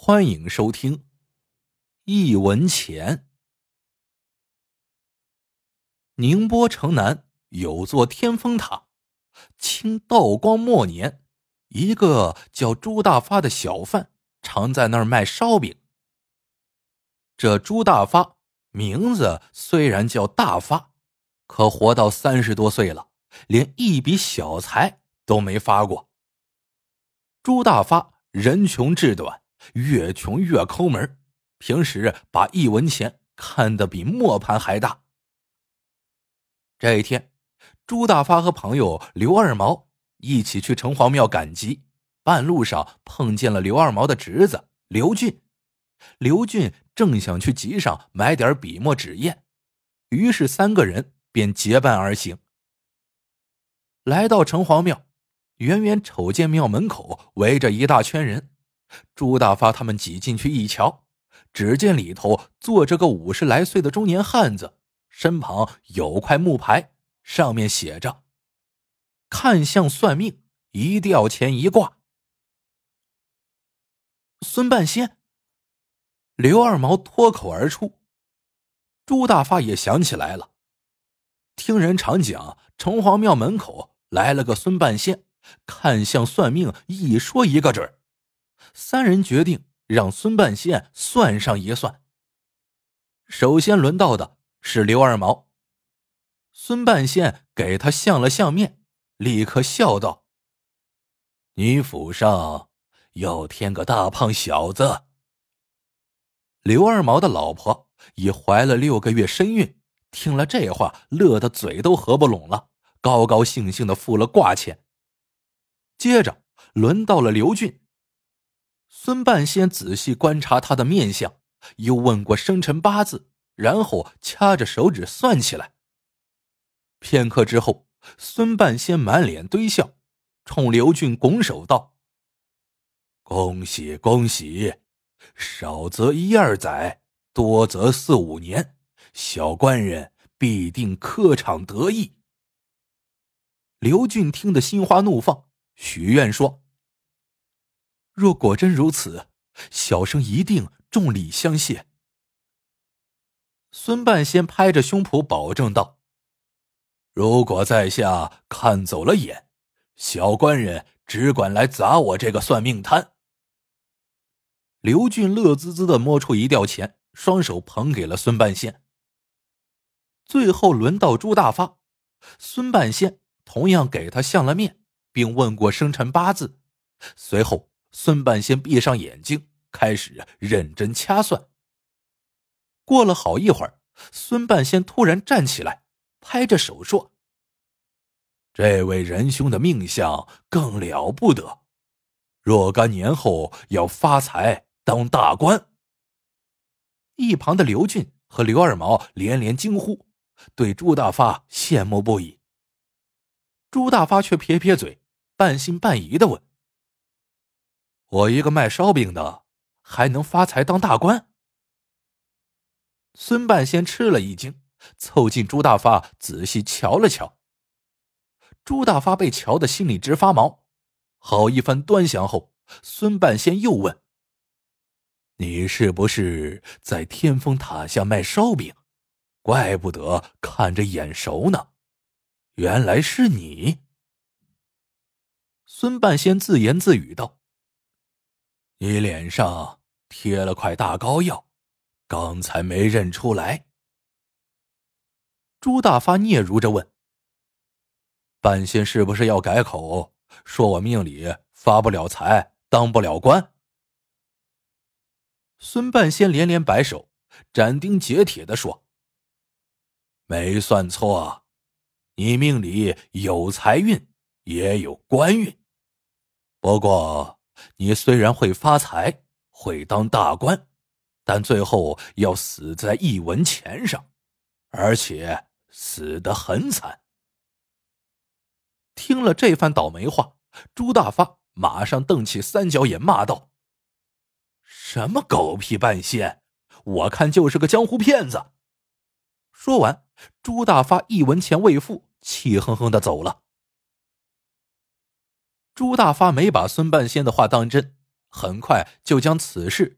欢迎收听一文钱。宁波城南有座天峰塔，清道光末年，一个叫朱大发的小贩常在那儿卖烧饼。这朱大发名字虽然叫大发，可活到30多岁了，连一笔小财都没发过。朱大发人穷志短，越穷越抠门，平时把1文钱看得比磨盘还大。这一天，朱大发和朋友刘二毛一起去城隍庙赶集，半路上碰见了刘二毛的侄子刘俊。刘俊正想去集上买点笔墨纸砚，于是3个人便结伴而行。来到城隍庙，远远瞅见庙门口围着一大圈人。朱大发他们挤进去一瞧，只见里头坐着个50来岁的中年汉子，身旁有块木牌，上面写着看相算命1吊钱1卦。孙半仙，刘二毛脱口而出。朱大发也想起来了，听人常讲城隍庙门口来了个孙半仙，看相算命一说一个准。3人决定让孙半仙算上一算。首先轮到的是刘二毛。孙半仙给他相了相面，立刻笑道：你府上要添个大胖小子。刘二毛的老婆已怀了6个月身孕，听了这话乐得嘴都合不拢了，高高兴兴地付了卦钱。接着轮到了刘俊。孙半仙仔细观察他的面相，又问过生辰八字，然后掐着手指算起来。片刻之后，孙半仙满脸堆笑，冲刘俊拱手道：恭喜恭喜，少则1、2载，多则4、5年，小官人必定科场得意。刘俊听得心花怒放，许愿说：若果真如此，小生一定重礼相谢。孙半仙拍着胸脯保证道：如果在下看走了眼，小官人只管来砸我这个算命摊。刘俊乐滋滋地摸出1吊钱，双手捧给了孙半仙。最后轮到朱大发，孙半仙同样给他相了面，并问过生辰八字。随后孙半仙闭上眼睛，开始认真掐算。过了好一会儿，孙半仙突然站起来，拍着手说：这位仁兄的命相更了不得，若干年后要发财当大官。一旁的刘俊和刘二毛连连惊呼，对朱大发羡慕不已。朱大发却撇撇嘴，半信半疑地问：我一个卖烧饼的，还能发财当大官？孙半仙吃了一惊，凑近朱大发仔细瞧了瞧。朱大发被瞧得心里直发毛，好一番端详后，孙半仙又问：你是不是在天峰塔下卖烧饼？怪不得看着眼熟呢，原来是你。孙半仙自言自语道：你脸上贴了块大膏药，刚才没认出来。朱大发嗫嚅着问：半仙是不是要改口，说我命里发不了财，当不了官？孙半仙连连摆手，斩钉截铁地说：没算错，你命里有财运，也有官运。不过你虽然会发财，会当大官，但最后要死在1文钱上，而且死得很惨。听了这番倒霉话，朱大发马上瞪起3角眼，骂道：什么狗屁半仙，我看就是个江湖骗子。说完，朱大发1文钱未付，气哼哼地走了。朱大发没把孙半仙的话当真，很快就将此事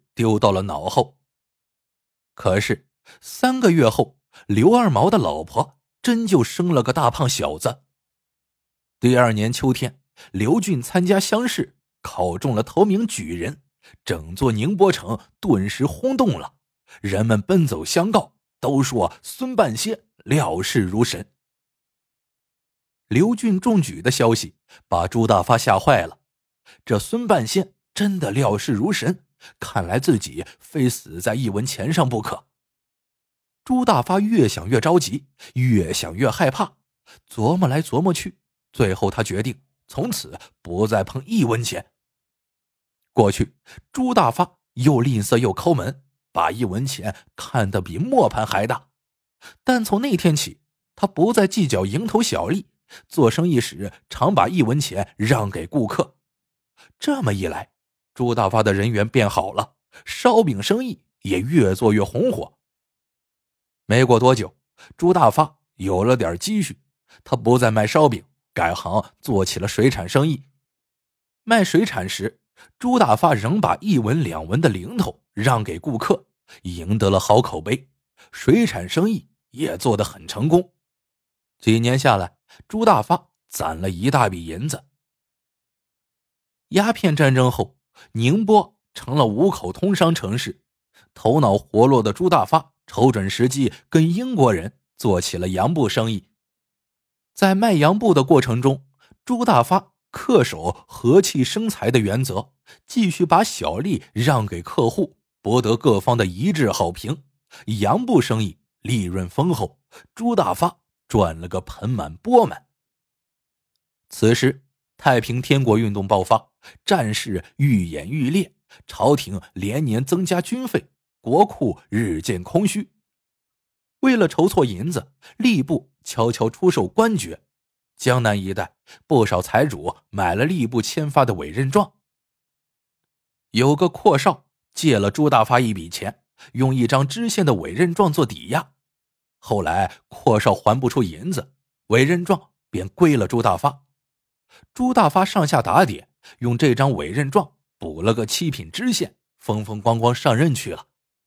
丢到了脑后。可是3个月后，刘二毛的老婆真就生了个大胖小子。第2年秋天，刘俊参加乡试，考中了头名举人，整座宁波城顿时轰动了，人们奔走相告，都说孙半仙料事如神。刘俊中举的消息把朱大发吓坏了，这孙半仙真的料事如神，看来自己非死在一文钱上不可。朱大发越想越着急，越想越害怕，琢磨来琢磨去，最后他决定从此不再碰1文钱。过去朱大发又吝啬又抠门，把1文钱看得比磨盘还大，但从那天起，他不再计较蝇头小利，做生意时常把1文钱让给顾客。这么一来，朱大发的人缘变好了，烧饼生意也越做越红火。没过多久，朱大发有了点积蓄，他不再卖烧饼，改行做起了水产生意。卖水产时，朱大发仍把1文2文的零头让给顾客，赢得了好口碑，水产生意也做得很成功。几年下来，朱大发攒了一大笔银子。鸦片战争后，宁波成了5口通商城市，头脑活络的朱大发瞅准时机，跟英国人做起了洋布生意。在卖洋布的过程中，朱大发恪守和气生财的原则，继续把小利让给客户，博得各方的一致好评。洋布生意利润丰厚，朱大发赚了个盆满钵满。此时太平天国运动爆发，战事愈演愈烈，朝廷连年增加军费，国库日渐空虚。为了筹措银子，吏部悄悄出售官爵，江南一带不少财主买了吏部签发的委任状。有个阔少借了朱大发一笔钱，用1张知县的委任状做抵押，后来阔少还不出银子，委任状便归了朱大发。朱大发上下打点，用这张委任状补了个7品知县，风风光光上任去了。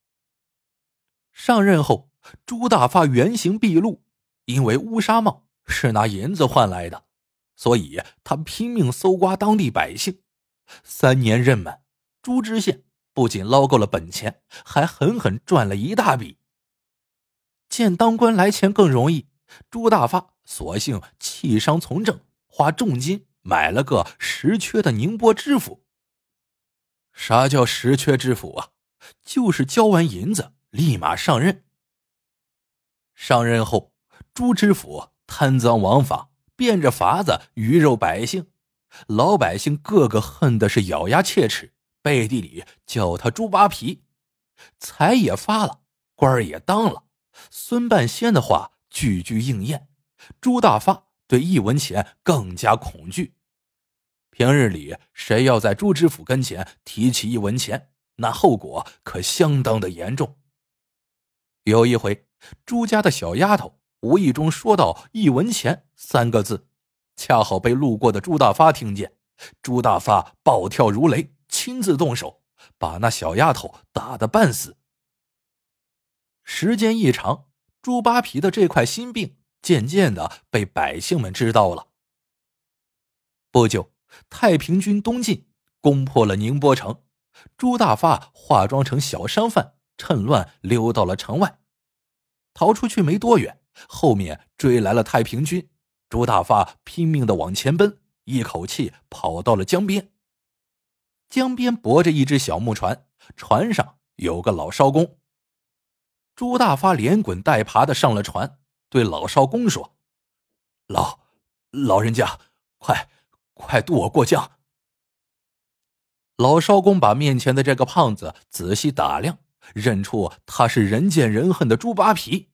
上任后，朱大发原形毕露，因为乌纱帽是拿银子换来的，所以他拼命搜刮当地百姓。3年任满，朱知县不仅捞够了本钱，还狠狠赚了一大笔。见当官来钱更容易，朱大发索性弃商从政，花重金买了个实缺的宁波知府。啥叫实缺知府啊？就是交完银子立马上任。上任后，朱知府贪赃枉法，变着法子鱼肉百姓，老百姓个个恨的是咬牙切齿，背地里叫他猪扒皮。财也发了，官也当了，孙半仙的话句句应验，朱大发对1文钱更加恐惧。平日里谁要在朱知府跟前提起1文钱，那后果可相当的严重。有一回，朱家的小丫头无意中说到1文钱3个字，恰好被路过的朱大发听见。朱大发暴跳如雷，亲自动手，把那小丫头打得半死。时间一长，猪扒皮的这块心病渐渐的被百姓们知道了。不久，太平军东进，攻破了宁波城。朱大发化妆成小商贩，趁乱溜到了城外。逃出去没多远，后面追来了太平军，朱大发拼命的往前奔，一口气跑到了江边。江边泊着一只小木船，船上有个老艄公。朱大发连滚带爬的上了船，对老艄公说：老人家，快渡我过江。老艄公把面前的这个胖子仔细打量，认出他是人见人恨的猪扒皮。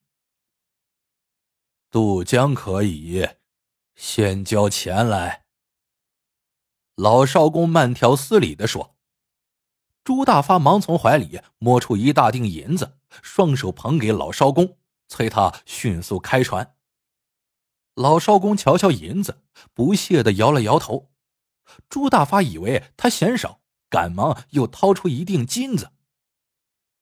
渡江可以，先交钱来。老艄公慢条斯理地说。朱大发忙从怀里摸出一大锭银子，双手捧给老艄公，催他迅速开船。老艄公瞧瞧银子，不屑地摇了摇头。朱大发以为他嫌少，赶忙又掏出一锭金子，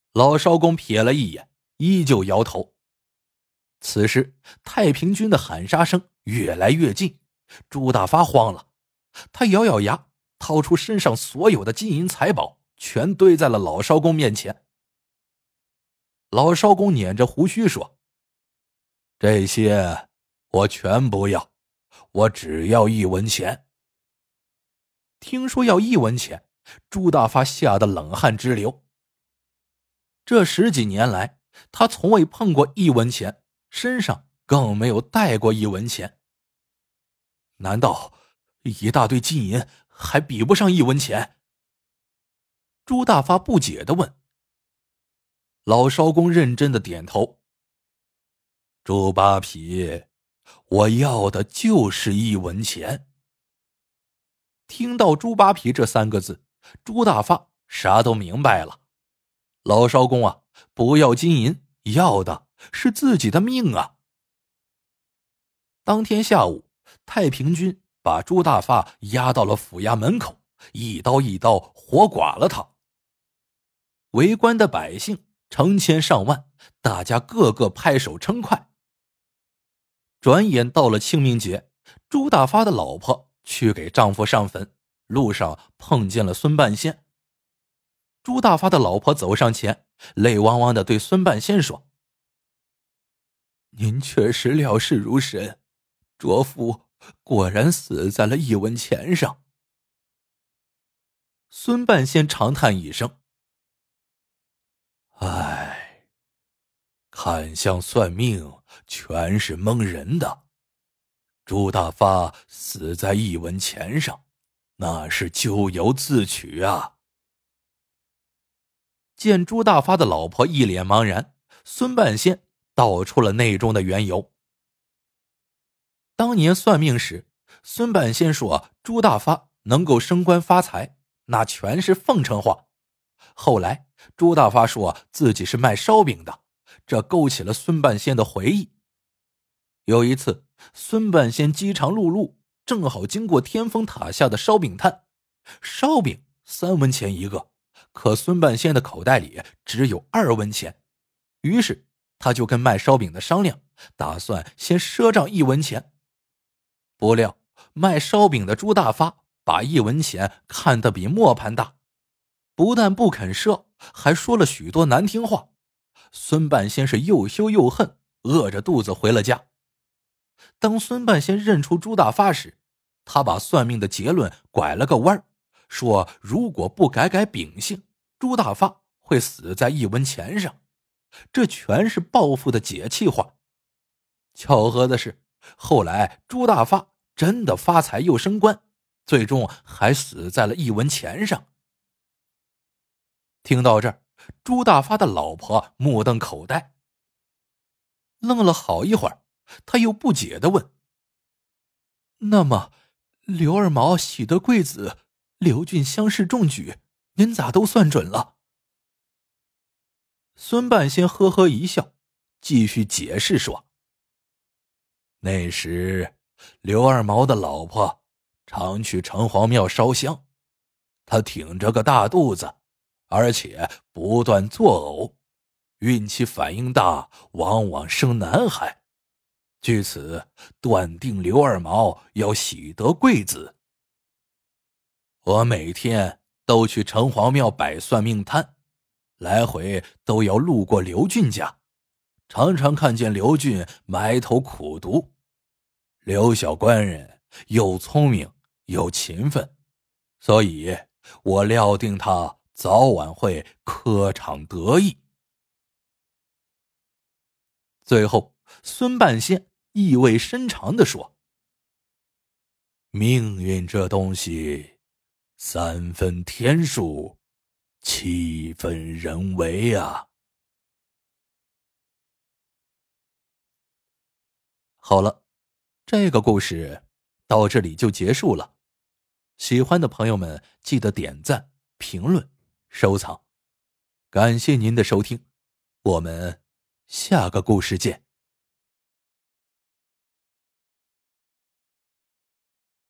老艄公瞥了一眼，依旧摇头。此时太平军的喊杀声越来越近，朱大发慌了，他咬咬牙，掏出身上所有的金银财宝，全堆在了老艄公面前。老艄公捻着胡须说：“这些我全不要，我只要1文钱。”听说要1文钱，朱大发吓得冷汗直流。这10几年来，他从未碰过1文钱，身上更没有带过1文钱。难道一大堆金银还比不上1文钱？朱大发不解地问。老艄公认真的点头：“朱八皮，我要的就是1文钱。”听到猪八皮这3个字，朱大发啥都明白了。老艄公啊，不要金银，要的是自己的命啊！当天下午，太平军把朱大发押到了府衙门口，一刀一刀活剐了他。围观的百姓成千上万，大家个个拍手称快。转眼到了清明节，朱大发的老婆去给丈夫上坟，路上碰见了孙半仙。朱大发的老婆走上前，泪汪汪地对孙半仙说：“您确实料事如神，卓夫果然死在了1文钱上。”孙半仙长叹一声：“唉，看相算命全是蒙人的。朱大发死在1文钱上，那是咎由自取啊。”见朱大发的老婆一脸茫然，孙半仙道出了内中的缘由。当年算命时，孙半仙说朱大发能够升官发财，那全是奉承话。后来朱大发说自己是卖烧饼的，这勾起了孙半仙的回忆。有一次，孙半仙饥肠辘辘，正好经过天峰塔下的烧饼摊，烧饼3文钱一个，可孙半仙的口袋里只有2文钱，于是他就跟卖烧饼的商量，打算先赊账1文钱。不料卖烧饼的朱大发把1文钱看得比磨盘大，不但不肯赊，还说了许多难听话。孙半仙是又羞又恨，饿着肚子回了家。当孙半仙认出朱大发时，他把算命的结论拐了个弯，说如果不改秉性，朱大发会死在1文钱上。这全是报复的解气话。巧合的是，后来朱大发真的发财又升官，最终还死在了1文钱上。听到这儿，朱大发的老婆目瞪口呆，愣了好一会儿，他又不解地问：“那么刘二毛、喜得贵子、刘俊乡试中举，您咋都算准了？”孙半仙呵呵一笑，继续解释说：“那时刘二毛的老婆常去城隍庙烧香，她挺着个大肚子，而且不断作呕，孕期反应大，往往生男孩。据此断定刘二毛要喜得贵子。我每天都去城隍庙摆算命摊，来回都要路过刘俊家，常常看见刘俊埋头苦读。刘小官人又聪明又勤奋，所以我料定他早晚会科场得意。”最后孙半仙意味深长地说：“命运这东西，3分天数，7分人为啊。”好了，这个故事到这里就结束了。喜欢的朋友们记得点赞、评论、收藏。感谢您的收听，我们下个故事见。